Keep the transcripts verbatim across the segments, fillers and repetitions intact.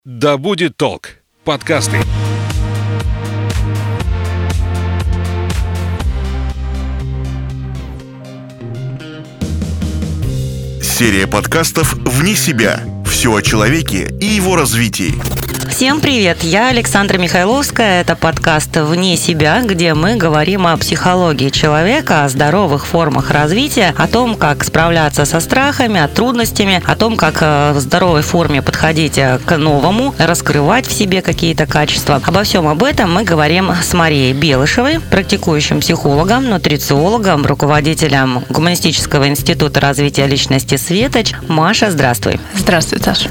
Да будет толк. Подкасты. Серия подкастов «Вне себя». Все о человеке и его развитии. Всем привет, я Александра Михайловская, это подкаст «Вне себя», где мы говорим о психологии человека, о здоровых формах развития, о том, как справляться со страхами, трудностями, о том, как в здоровой форме подходить к новому, раскрывать в себе какие-то качества. Обо всем об этом мы говорим с Марией Белышевой, практикующим психологом, нутрициологом, руководителем Гуманистического института развития личности «Светоч». Маша, здравствуй. Здравствуй, Саша.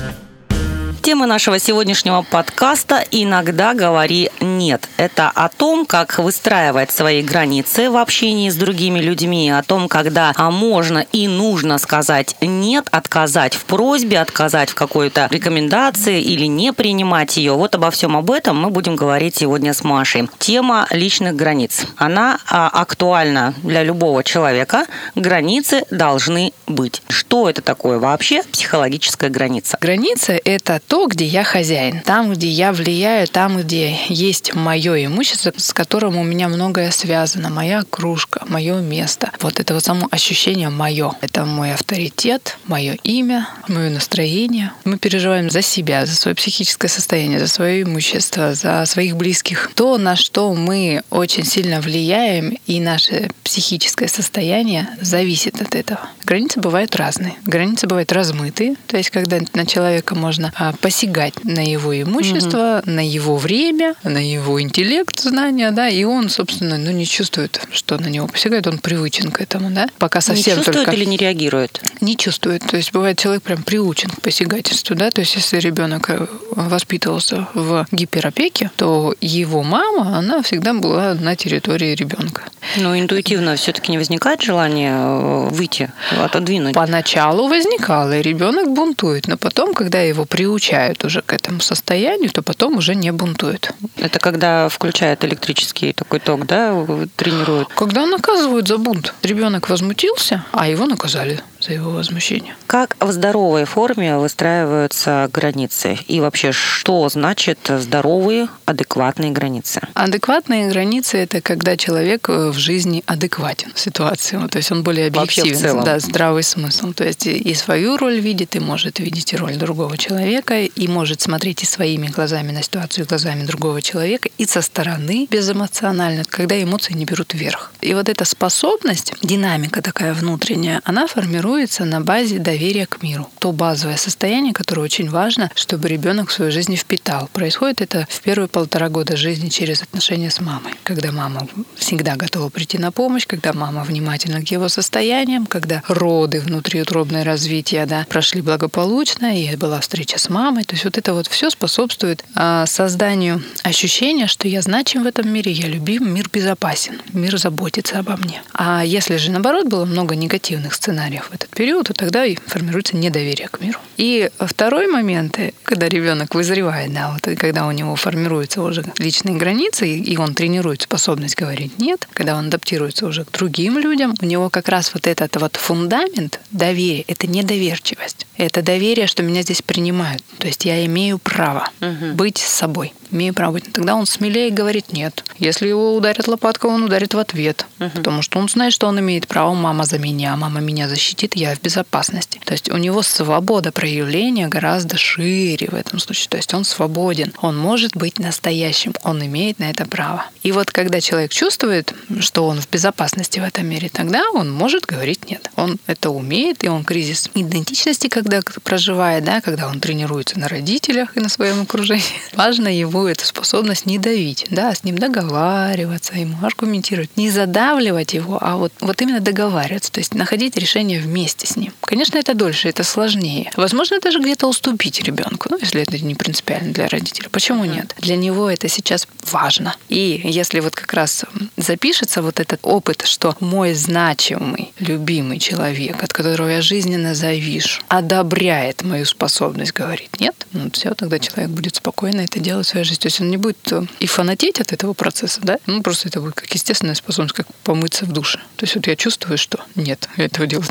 Тема нашего сегодняшнего подкаста «Иногда говори нет». Это о том, как выстраивать свои границы в общении с другими людьми, о том, когда можно и нужно сказать «нет», отказать в просьбе, отказать в какой-то рекомендации или не принимать ее. Вот обо всем об этом мы будем говорить сегодня с Машей. Тема личных границ. Она актуальна для любого человека. Границы должны быть. Что это такое вообще психологическая граница? Граница – это то, где я хозяин, там, где я влияю, там, где есть мое имущество, с которым у меня многое связано, моя кружка, мое место. Вот это вот само ощущение мое. Это мой авторитет, мое имя, мое настроение. Мы переживаем за себя, за свое психическое состояние, за свое имущество, за своих близких. То, на что мы очень сильно влияем, и наше психическое состояние зависит от этого. Границы бывают разные. Границы бывают размытые, то есть когда на человека можно посягать на его имущество, угу. на его время, на его интеллект, знания, да, и он, собственно, ну, не чувствует, что на него посягает, он привычен к этому, да, пока совсем не чувствует только... или не реагирует? Не чувствует, то есть бывает человек прям приучен к посягательству, да, то есть если ребенок воспитывался в гиперопеке, то его мама, она всегда была на территории ребенка. Но интуитивно все-таки не возникает желания выйти, отодвинуть? Поначалу возникало, и ребенок бунтует, но потом, когда его приучают уже к этому состоянию, то потом уже не бунтует. Это когда включают электрический такой ток, да, тренируют? Когда наказывают за бунт. Ребенок возмутился, а его наказали за его возмущение. Как в здоровой форме выстраиваются границы? И вообще, что значит здоровые, адекватные границы? Адекватные границы – это когда человек в жизни адекватен ситуации. То есть он более объективен, да, здравый смысл. То есть и свою роль видит, и может видеть и роль другого человека, и может смотреть и своими глазами на ситуацию, и глазами другого человека, и со стороны безэмоционально, когда эмоции не берут вверх. И вот эта способность, динамика такая внутренняя, она формируется на базе доверия к миру. То базовое состояние, которое очень важно, чтобы ребенок в свою жизнь впитал. Происходит это в первые полтора года жизни через отношения с мамой, когда мама всегда готова прийти на помощь, когда мама внимательна к его состояниям, когда роды, внутриутробное развитие, да, прошли благополучно, и была встреча с мамой. То есть вот это вот все способствует а, созданию ощущения, что я значим в этом мире, я любим, мир безопасен, мир заботится обо мне. А если же, наоборот, было много негативных сценариев в этот период, то тогда и формируется недоверие к миру. И второй момент, когда ребенок вызревает, да, вот когда у него формируются уже личные границы, и он тренирует способность говорить «нет», когда он адаптируется уже к другим людям, у него как раз вот этот вот фундамент доверия, это недоверчивость. Это доверие, что меня здесь принимают. То есть я имею право угу. быть с собой. Имею право быть. Тогда он смелее говорит «нет». Если его ударят лопаткой, он ударит в ответ. Угу. Потому что он знает, что он имеет право. Мама за меня, мама меня защитит, я в безопасности. То есть у него свобода проявления гораздо шире в этом случае. То есть он свободен. Он может быть настоящим. Он имеет на это право. И вот когда человек чувствует, что он в безопасности в этом мире, тогда он может говорить «нет». Он это умеет, и он кризис идентичности, когда проживает, да, когда он тренируется на родителях и на своем окружении, важно его эту способность не давить, да, с ним договариваться, ему аргументировать, не задавливать его, а вот, вот именно договариваться, то есть находить решение вместе с ним. Конечно, это дольше, это сложнее. Возможно, даже где-то уступить ребенку, ну, если это не принципиально для родителя. Почему нет? Для него это сейчас важно. И если вот как раз запишется вот этот опыт, что мой значимый, любимый человек, от которого я жизненно завишу, одобряет мою способность говорить нет, ну все, тогда человек будет спокойно это делать в своей жизни. То есть он не будет и фанатеть от этого процесса, да? Ну просто это будет как естественная способность, как помыться в душе. То есть вот я чувствую, что нет, я этого делать не буду.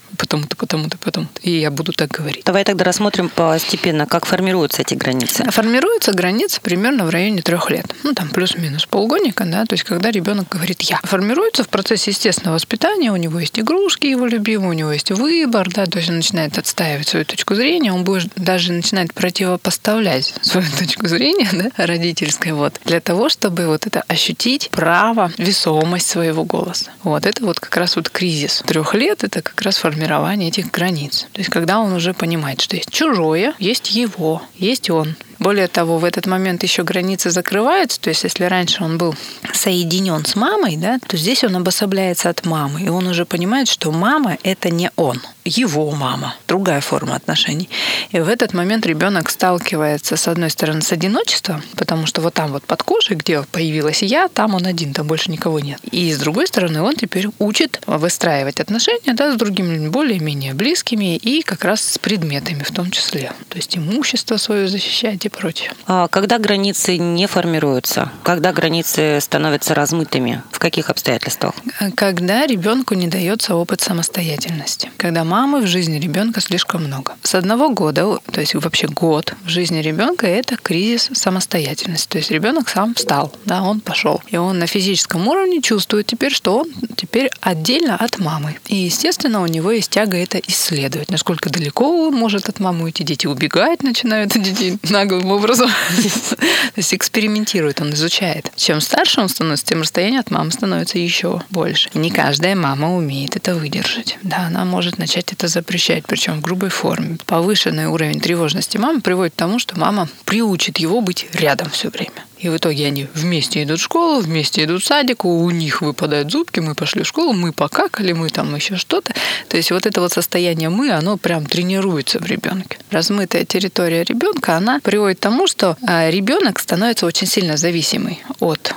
потому-то, потому-то, потому-то. И я буду так говорить. Давай тогда рассмотрим постепенно, как формируются эти границы. Формируются границы примерно в районе трех лет. Ну, там плюс-минус полгодика, да, то есть когда ребенок говорит «я». Формируется в процессе естественного воспитания, у него есть игрушки его любимые, у него есть выбор, да, то есть он начинает отстаивать свою точку зрения, он будет, даже начинает противопоставлять свою точку зрения, да, родительской, вот, для того, чтобы вот это ощутить право, весомость своего голоса. Вот, это вот как раз вот кризис трех лет, это как раз формирование этих границ. То есть когда он уже понимает, что есть чужое, есть его, есть он. Более того, в этот момент еще границы закрываются, то есть если раньше он был соединен с мамой, да, то здесь он обособляется от мамы, и он уже понимает, что мама – это не он, его мама, другая форма отношений. И в этот момент ребенок сталкивается, с одной стороны, с одиночеством, потому что вот там вот под кожей, где появилась я, там он один, там больше никого нет. И с другой стороны, он теперь учит выстраивать отношения, да, с другими людьми, более-менее близкими и как раз с предметами в том числе. То есть имущество свое защищать и прочее. А когда границы не формируются? Когда границы становятся размытыми? В каких обстоятельствах? Когда ребенку не дается опыт самостоятельности. Когда мамы в жизни ребенка слишком много. С одного года, то есть вообще год в жизни ребенка, это кризис самостоятельности. То есть ребенок сам встал, да, он пошел. И он на физическом уровне чувствует теперь, что он теперь отдельно от мамы. И, естественно, у него есть тяга это исследовать. Насколько далеко он может от мамы уйти. Дети убегать начинают от детей наглым образом. То есть экспериментирует, он изучает. Чем старше он становится, тем расстояние от мамы становится еще больше. И не каждая мама умеет это выдержать. Да, она может начать это запрещать, причем в грубой форме. Повышенный уровень тревожности мамы приводит к тому, что мама приучит его быть рядом все время. И в итоге они вместе идут в школу, вместе идут в садик, у них выпадают зубки, мы пошли в школу, мы покакали, мы там еще что-то. То есть вот это вот состояние «мы», оно прям тренируется в ребенке. Размытая территория ребенка, она приводит к тому, что ребенок становится очень сильно зависимый от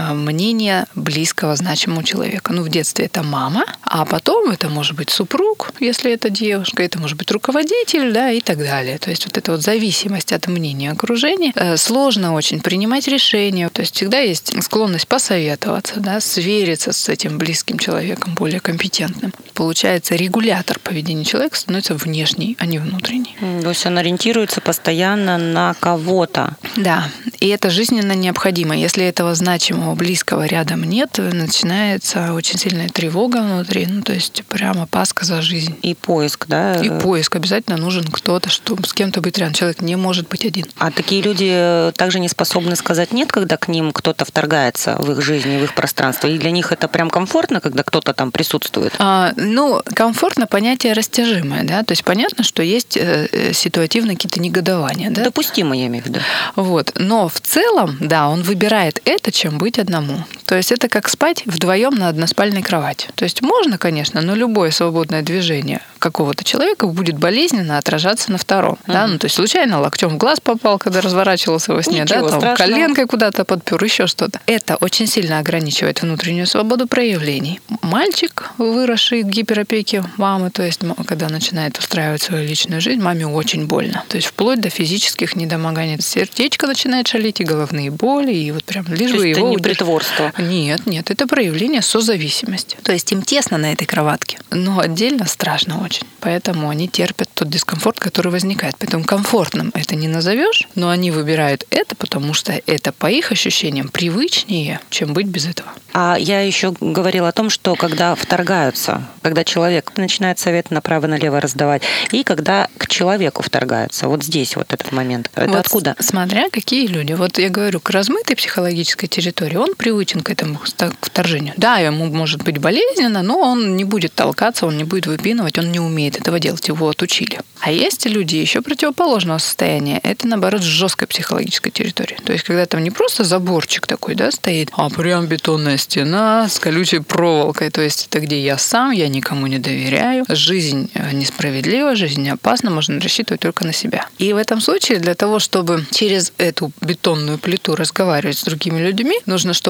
мнения близкого, значимого человека. Ну, в детстве это мама, а потом это может быть супруг, если это девушка, это может быть руководитель, да, и так далее. То есть вот эта вот зависимость от мнения окружения. Сложно очень принимать решения. То есть всегда есть склонность посоветоваться, да, свериться с этим близким человеком, более компетентным. Получается, регулятор поведения человека становится внешний, а не внутренний. То есть он ориентируется постоянно на кого-то. Да, и это жизненно необходимо. Если этого значимого, близкого рядом нет, начинается очень сильная тревога внутри, ну, то есть прямо паска за жизнь. И поиск, да? И поиск. Обязательно нужен кто-то, чтобы с кем-то быть рядом. Человек не может быть один. А такие люди также не способны сказать «нет», когда к ним кто-то вторгается в их жизнь, в их пространство? И для них это прям комфортно, когда кто-то там присутствует? А, ну, комфортно понятие растяжимое, да, то есть понятно, что есть э, ситуативно какие-то негодования, да? Допустимо, я имею в виду. Вот, но в целом, да, он выбирает это, чем быть одному. То есть это как спать вдвоем на односпальной кровати. То есть можно, конечно, но любое свободное движение какого-то человека будет болезненно отражаться на втором, uh-huh. да, ну то есть случайно локтем в глаз попал, когда разворачивался во сне, Ничего да, там, страшного. коленкой куда-то подпер, еще что-то. Это очень сильно ограничивает внутреннюю свободу проявлений. Мальчик, выросший в гиперопеке мамы, то есть когда начинает устраивать свою личную жизнь, маме очень больно. То есть вплоть до физических недомоганий. Сердечко начинает шалить, и головные боли, и вот прям лишь то бы есть его... это не удержать. Притворство? Нет, нет, это проявление созависимости. То есть им тесно на этой кроватке, но отдельно страшно очень. Поэтому они терпят тот дискомфорт, который возникает. Поэтому комфортным это не назовешь, но они выбирают это, потому что это по их ощущениям привычнее, чем быть без этого. А я еще говорила о том, что когда вторгаются, когда человек начинает советы направо-налево раздавать, и когда к человеку вторгаются, вот здесь вот этот момент. Это вот откуда? Смотря какие люди. Вот я говорю, к размытой психологической территории он привычен к этому вторжению. Да, ему может быть болезненно, но он не будет толкаться, он не будет выпинывать, он не умеет этого делать, его отучили. А есть люди еще противоположного состояния. Это, наоборот, жесткая психологическая территория. То есть, когда там не просто заборчик такой, да, стоит, а прям бетонная стена с колючей проволокой. То есть, это где я сам, я никому не доверяю. Жизнь несправедлива, жизнь опасна, можно рассчитывать только на себя. И в этом случае для того, чтобы через эту бетонную плиту разговаривать с другими людьми, нужно, чтобы им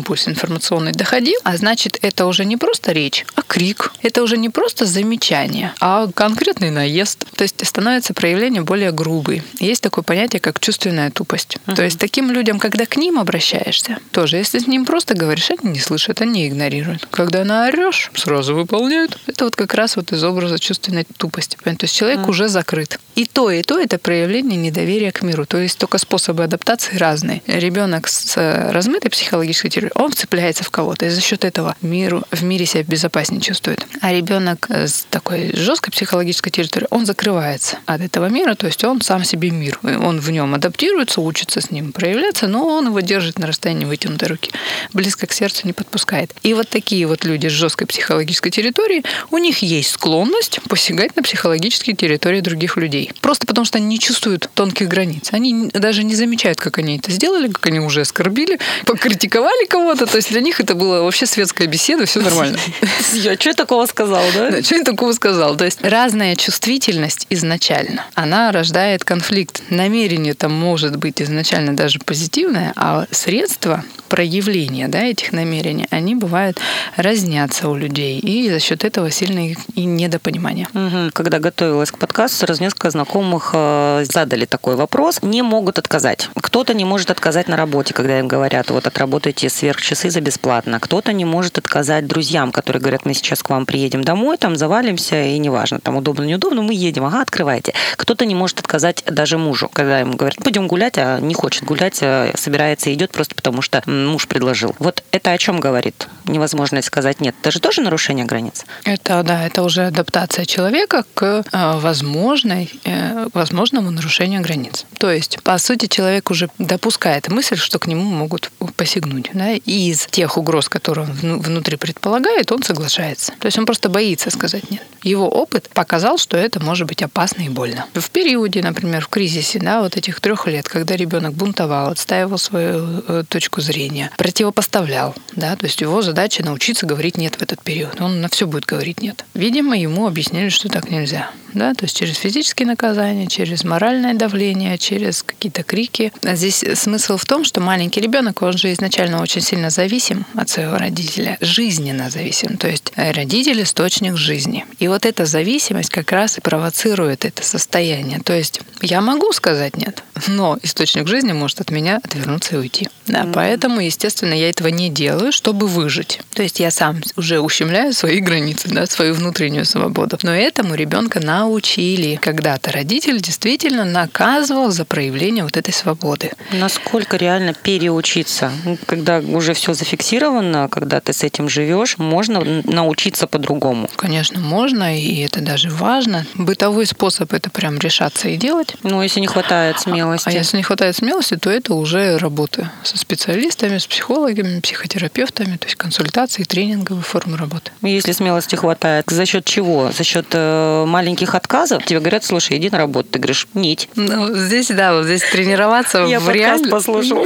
импульс информационный доходил, а значит, это уже не просто речь, а крик. Это уже не просто замечание, а конкретный наезд. То есть становится проявление более грубый. Есть такое понятие, как чувственная тупость. Uh-huh. То есть таким людям, когда к ним обращаешься, тоже, если с ним просто говоришь, они не слышат, они игнорируют. Когда наорешь, сразу выполняют. Это вот как раз вот из образа чувственной тупости. То есть человек uh-huh. уже закрыт. И то, и то это проявление недоверия к миру. То есть только способы адаптации разные. Ребенок с размытой психологической территорией, он вцепляется в кого-то, и за счет этого миру, в мире себя безопаснее чувствует. А ребенок с такой жесткой психологической территорией, он закрывается от этого мира, то есть он сам себе мир. Он в нем адаптируется, учится с ним проявляться, но он его держит на расстоянии вытянутой руки. Близко к сердцу не подпускает. И вот такие вот люди с жесткой психологической территорией, у них есть склонность посягать на психологические территории других людей. Просто потому, что они не чувствуют тонких границ. Они даже не замечают, как они это сделали, как они уже оскорбили, покритиковали кого-то. То есть для них это была вообще светская беседа, все нормально. Я что я такого сказал, да? Да, что я такого сказал? То есть разная чувствительность изначально, она рождает конфликт. Намерение там может быть изначально даже позитивное, а средства проявления, да, этих намерений, они бывают разнятся у людей, и за счет этого сильное и недопонимание. Угу. Когда готовилась к подкасту, сразу несколько знакомых задали такой вопрос. Не могут отказать. Кто-то не может отказать на работе, когда им говорят, вот отработайте сверхчасы за бесплатно. Кто-то не может отказать друзьям, которые говорят, мы сейчас к вам приедем домой, там завалимся, и неважно, там удобно, неудобно, мы едем, ага, открывайте. Кто-то не может отказать даже мужу, когда ему говорят, пойдем гулять, а не хочет гулять, собирается и идет просто потому, что муж предложил. Вот это о чем говорит? Невозможность сказать нет. Это же тоже нарушение границ? Это, да, это уже адаптация человека к возможной, возможному нарушению границ. То есть, по сути, человек уже допускает мысль, что к нему могут посягнуть. Да? И из тех угроз, которые он внутри предполагает, он соглашается. То есть он просто боится сказать нет. Его опыт показал, что это может быть опасно и больно. В периоде, например, в кризисе, да, вот этих трех лет, когда ребенок бунтовал, отстаивал свою э, точку зрения, противопоставлял, да, то есть его задача научиться говорить нет в этот период. Он на все будет говорить нет. Видимо, ему объяснили, что так нельзя. Да, то есть через физические наказания, через моральное давление, через какие-то крики. А здесь смысл в том, что маленький ребенок, он же изначально очень сильно зависим от своего родителя, жизненно зависим. То есть родитель — источник жизни. И вот эта зависимость как раз и провоцирует это состояние. То есть я могу сказать нет, но источник жизни может от меня отвернуться и уйти. Да, mm-hmm. Поэтому, естественно, я этого не делаю, чтобы выжить. То есть я сам уже ущемляю свои границы, да, свою внутреннюю свободу. Но этому ребенка научили. Когда-то родитель действительно наказывал за проявление вот этой свободы. Насколько реально переучиться? Когда уже все зафиксировано, когда ты с этим живешь, можно научиться по-другому? Конечно, можно, и это даже важно. Бытовой способ — это прям решаться и делать. Ну, если не хватает смелости. А, а если не хватает смелости, то это уже работа со специалистами, с психологами, психотерапевтами, то есть консультации, тренинговые формы работы. Если смелости хватает, за счет чего? За счет э, маленьких отказов? Тебе говорят, слушай, иди на работу. Ты говоришь, нет. Ну, здесь, да, вот здесь тренироваться Я в реальности. послушала.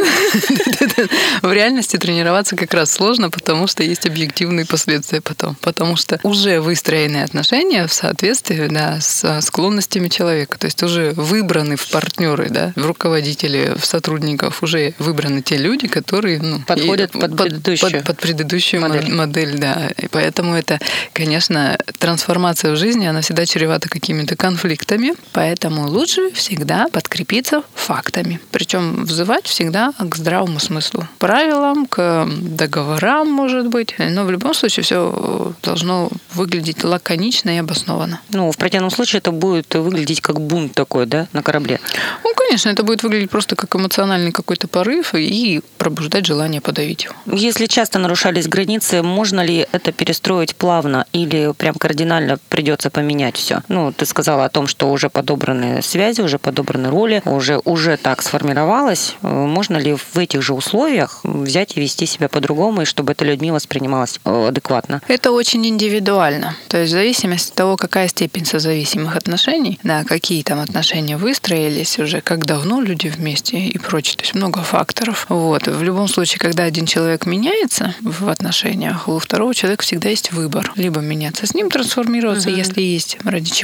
В реальности тренироваться как раз сложно, потому что есть объективные последствия потом. Потому что уже выстроенные отношения в соответствии, да, с склонностями человека. То есть уже выбраны в партнеры, да, в руководители, в сотрудников уже выбраны те люди, которые ну, подходят под, под предыдущую, под, под предыдущую модель. модель, да. И поэтому это, конечно, трансформация в жизни, она всегда чревата какими-то конфликтами, поэтому лучше всегда подкрепиться фактами. Причем взывать всегда к здравому смыслу, правилам, к договорам, может быть, но в любом случае все должно выглядеть лаконично и обоснованно. Ну, в противном случае это будет выглядеть как бунт такой, да, на корабле? Ну, конечно, это будет выглядеть просто как эмоциональный какой-то порыв и пробуждать желание подавить его. Если часто нарушались границы, можно ли это перестроить плавно или прям кардинально придется поменять все? Ну, ты сказала о том, что уже подобраны связи, уже подобраны роли, уже, уже так сформировалось. Можно ли в этих же условиях взять и вести себя по-другому, и чтобы это людьми воспринималось адекватно? Это очень индивидуально. То есть в зависимости от того, какая степень созависимых отношений, да, какие там отношения выстроились уже, как давно люди вместе и прочее. То есть много факторов. Вот. В любом случае, когда один человек меняется в отношениях, у второго человека всегда есть выбор. Либо меняться с ним, трансформироваться, uh-huh. если есть ради чего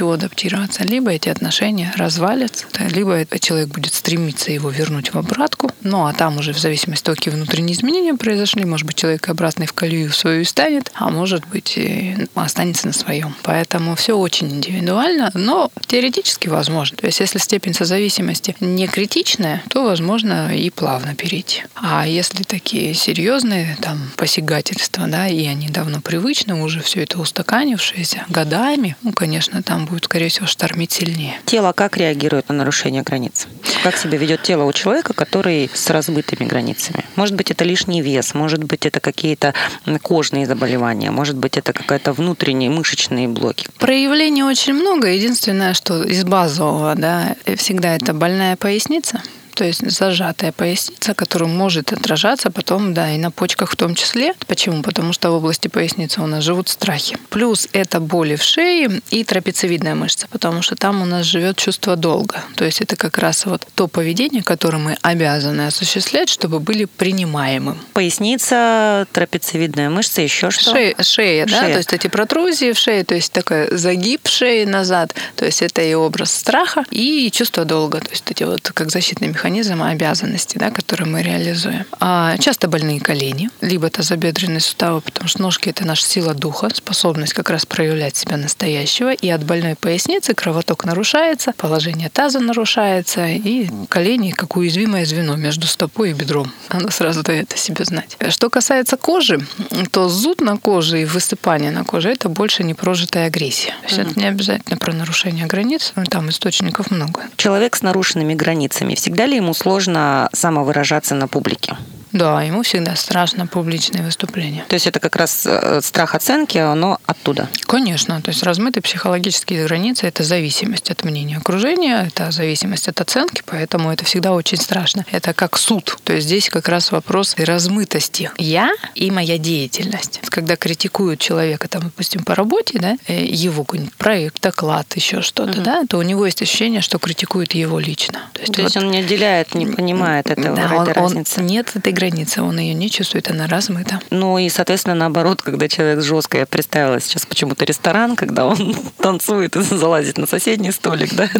него адаптироваться, либо эти отношения развалятся, либо этот человек будет стремиться его вернуть в обратку. Ну, а там уже в зависимости от того, какие внутренние изменения произошли, может быть, человек обратно в колею свою станет, а может быть, и останется на своем. Поэтому все очень индивидуально, но теоретически возможно. То есть, если степень созависимости не критичная, то возможно и плавно перейти. А если такие серьезные там посягательства, да, и они давно привычны, уже все это устаканившееся годами, ну, конечно, там будет, скорее всего, штормить сильнее. Тело как реагирует на нарушение границ? Как себя ведет тело у человека, который с разбитыми границами? Может быть, это лишний вес, может быть, это какие-то кожные заболевания, может быть, это какие-то внутренние мышечные блоки. Проявлений очень много. Единственное, что из базового, да, всегда это больная поясница. То есть зажатая поясница, которая может отражаться потом, да, и на почках в том числе. Почему? Потому что в области поясницы у нас живут страхи. Плюс это боли в шее и трапециевидная мышца, потому что там у нас живет чувство долга. То есть это как раз вот то поведение, которое мы обязаны осуществлять, чтобы были принимаемым. Поясница, трапециевидная мышца, еще что? Шея, шея, да, шея. То есть эти протрузии в шее, то есть такой загиб шеи назад, то есть это и образ страха, и чувство долга, то есть эти вот как защитный механизм обязанности, да, которые мы реализуем. А часто больные колени, либо тазобедренные суставы, потому что ножки – это наша сила духа, способность как раз проявлять себя настоящего, и от больной поясницы кровоток нарушается, положение таза нарушается, и колени как уязвимое звено между стопой и бедром. Надо сразу это себе знать. Что касается кожи, то зуд на коже и высыпание на коже – это больше непрожитая агрессия. То есть mm-hmm. это не обязательно про нарушение границ, но там источников много. Человек с нарушенными границами, всегда ли ему сложно самовыражаться на публике? Да, ему всегда страшно публичные выступления. То есть это как раз страх оценки, оно оттуда? Конечно. То есть размытые психологические границы – это зависимость от мнения окружения, это зависимость от оценки, поэтому это всегда очень страшно. Это как суд. То есть здесь как раз вопрос размытости. Я и моя деятельность. Когда критикуют человека, там, допустим, по работе, да, его какой-нибудь проект, доклад, еще что-то, угу. да, то у него есть ощущение, что критикуют его лично. То есть, То есть вот, он не отделяет, не понимает этого, да, этой он, разницы? Он, нет этой границы, он ее не чувствует, она размыта. Ну и, соответственно, наоборот, когда человек жестко, я представила сейчас почему-то ресторан, когда он танцует и залазит на соседний столик, да?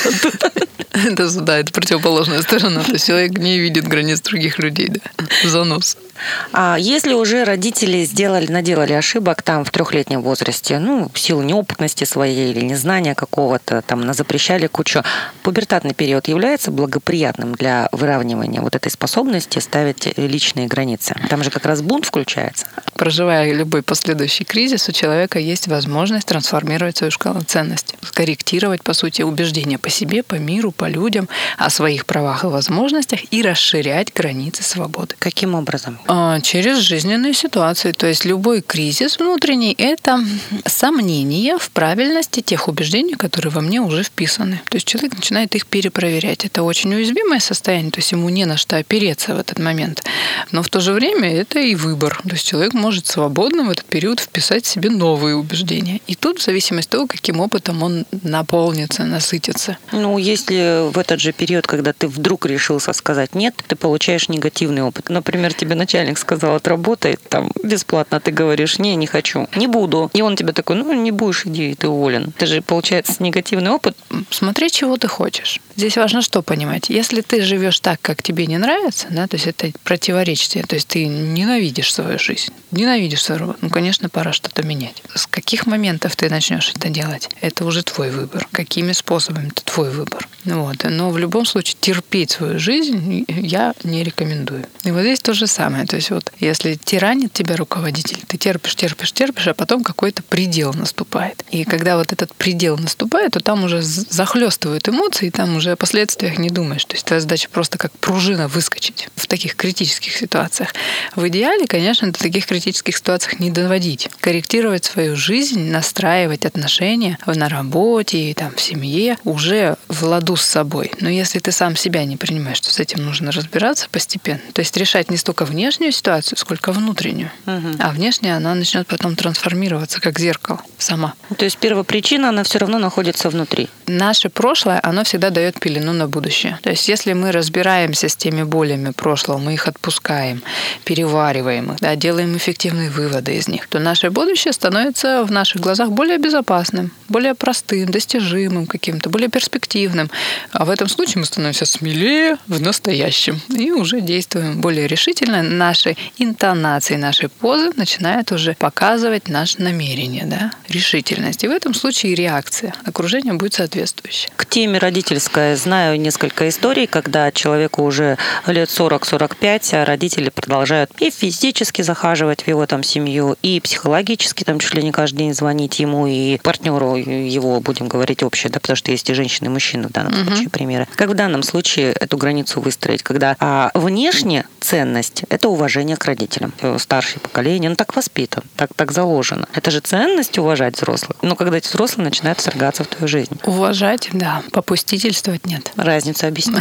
Это, да, это противоположная сторона. То есть человек не видит границ других людей, да, занос. А если уже родители сделали, наделали ошибок там в трехлетнем возрасте, ну, в силу неопытности своей или незнания какого-то, там, запрещали кучу, пубертатный период является благоприятным для выравнивания вот этой способности ставить личные границы? Там же как раз бунт включается. Проживая любой последующий кризис, у человека есть возможность трансформировать свою шкалу ценностей, скорректировать, по сути, убеждения по себе, по миру, по людям, о своих правах и возможностях и расширять границы свободы. Каким образом? Через жизненные ситуации. То есть любой кризис внутренний – это сомнение в правильности тех убеждений, которые во мне уже вписаны. То есть человек начинает их перепроверять. Это очень уязвимое состояние, то есть ему не на что опереться в этот момент. Но в то же время это и выбор. То есть человек может свободно в этот период вписать себе новые убеждения. И тут в зависимости от того, каким опытом он наполнится, насытится. Ну, если в этот же период, когда ты вдруг решился сказать «нет», ты получаешь негативный опыт. Например, тебе начальник сказал, отработай там бесплатно, а ты говоришь, не, не хочу, не буду. И он тебе такой, ну, не будешь, иди, ты уволен. Это же, получается, негативный опыт. Смотри, чего ты хочешь. Здесь важно что понимать. Если ты живешь так, как тебе не нравится, да, то есть это противоречие, то есть ты ненавидишь свою жизнь, ненавидишь свою работу, ну, конечно, пора что-то менять. С каких моментов ты начнешь это делать? Это уже твой выбор. Какими способами? Это твой выбор. Вот. Но в любом случае терпеть свою жизнь я не рекомендую. И вот здесь то же самое. То есть вот если тиранит тебя руководитель, ты терпишь, терпишь, терпишь, а потом какой-то предел наступает. И когда вот этот предел наступает, то там уже захлестывают эмоции, и там уже о последствиях не думаешь. То есть твоя задача просто как пружина выскочить в таких критических ситуациях. В идеале, конечно, до таких критических ситуациях не доводить. Корректировать свою жизнь, настраивать отношения на работе и там, в семье уже в ладу с собой. Но если ты сам себя не принимаешь, то с этим нужно разбираться постепенно. То есть решать не столько внешнюю ситуацию, сколько внутреннюю. Угу. А внешняя, она начнет потом трансформироваться как зеркало сама. То есть первопричина, она все равно находится внутри. Наше прошлое, оно всегда дает пелену на будущее. То есть если мы разбираемся с теми болями прошлого, прошлого, мы их отпускаем, перевариваем их, да, делаем эффективные выводы из них, то наше будущее становится в наших глазах более безопасным, более простым, достижимым каким-то, более перспективным. А в этом случае мы становимся смелее в настоящем и уже действуем более решительно. Наши интонации, наши позы начинают уже показывать наше намерение, да, решительность. И в этом случае реакция окружения будет соответствующая. К теме родительской знаю несколько историй, когда человеку уже лет сорок-сорок пять, а родители продолжают и физически захаживать в его там семью, и психологически там чуть ли не каждый день звонить ему, и партнеру его, будем говорить, общее, да, потому что есть и женщины, и мужчины в данном uh-huh. случае примеры. Как в данном случае эту границу выстроить, когда а, внешне ценность – это уважение к родителям. Старшее поколение, он так воспитан, так, так заложено. Это же ценность уважать взрослых. Но когда эти взрослые начинают вторгаться в твою жизнь. Уважать, да. Попустительствовать нет. Разницу объясни.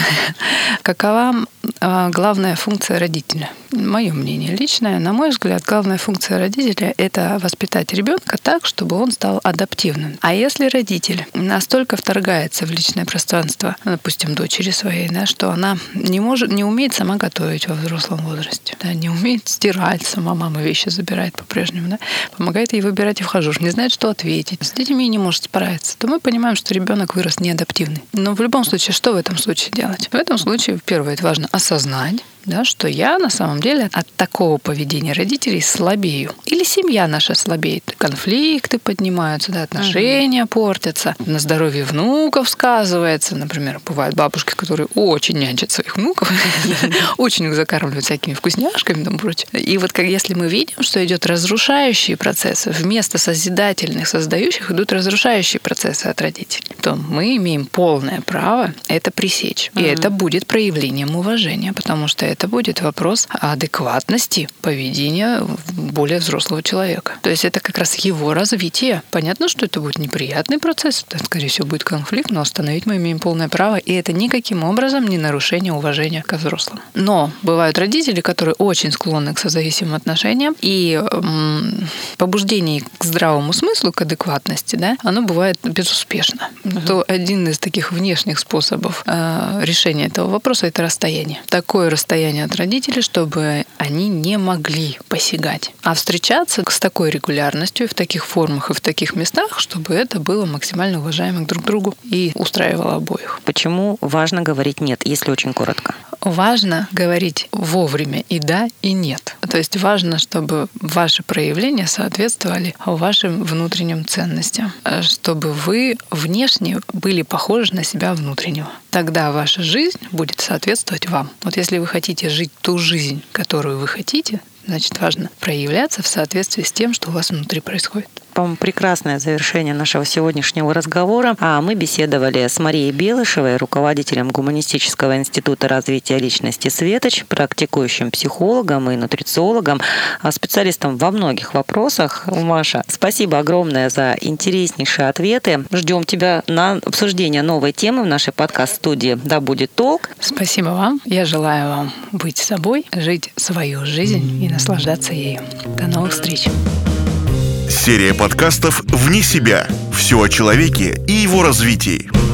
Какова главная функция родителя? Мое мнение личное, на мой взгляд, главная функция родителя – это воспитать ребенка так, чтобы он стал адаптивным. А если родитель настолько вторгается в личное пространство, допустим, дочери своей, да, что она не может, не умеет сама готовить во взрослом возрасте, да, не умеет стирать, сама мама вещи забирает по-прежнему, да, помогает ей выбирать и вхожуш, не знает, что ответить, с детьми не может справиться, то мы понимаем, что ребенок вырос неадаптивный. Но в любом случае, что в этом случае делать? В этом случае, первое, это важно осознать, да, что я на самом деле от такого поведения родителей слабею. Или семья наша слабеет. Конфликты поднимаются, да, отношения uh-huh. портятся, на здоровье внуков сказывается. Например, бывают бабушки, которые очень нянчат своих внуков, очень их закармливают всякими вкусняшками и прочее. И вот как если мы видим, что идет разрушающие процессы, вместо созидательных, создающих, идут разрушающие процессы от родителей, то мы имеем полное право это пресечь. И это будет проявлением уважения, потому что это будет вопрос адекватности поведения более взрослого человека. То есть это как раз его развитие. Понятно, что это будет неприятный процесс, это, скорее всего, будет конфликт, но остановить мы имеем полное право, и это никаким образом не нарушение уважения к взрослым. Но бывают родители, которые очень склонны к созависимым отношениям, и м- побуждение к здравому смыслу, к адекватности, да, оно бывает безуспешно. Uh-huh. То один из таких внешних способов э, решения этого вопроса – это расстояние. Такое расстояние от родителей, чтобы они не могли посягать. А встречаться с такой регулярностью, в таких формах и в таких местах, чтобы это было максимально уважаемо друг к другу и устраивало обоих. Почему важно говорить «нет», если очень коротко? Важно говорить вовремя и «да», и «нет». То есть важно, чтобы ваши проявления соответствовали вашим внутренним ценностям, чтобы вы внешне были похожи на себя внутреннего. Тогда ваша жизнь будет соответствовать вам. Вот если вы хотите жить ту жизнь, которую вы хотите, значит, важно проявляться в соответствии с тем, что у вас внутри происходит. По-моему, прекрасное завершение нашего сегодняшнего разговора. А мы беседовали с Марией Белышевой, руководителем Гуманистического института развития личности «Светоч», практикующим психологом и нутрициологом, специалистом во многих вопросах. Маша, спасибо огромное за интереснейшие ответы. Ждем тебя на обсуждение новой темы в нашей подкаст-студии «Да будет толк». Спасибо вам. Я желаю вам быть собой, жить свою жизнь и наслаждаться ею. До новых встреч. Серия подкастов «Вне себя». Все о человеке и его развитии.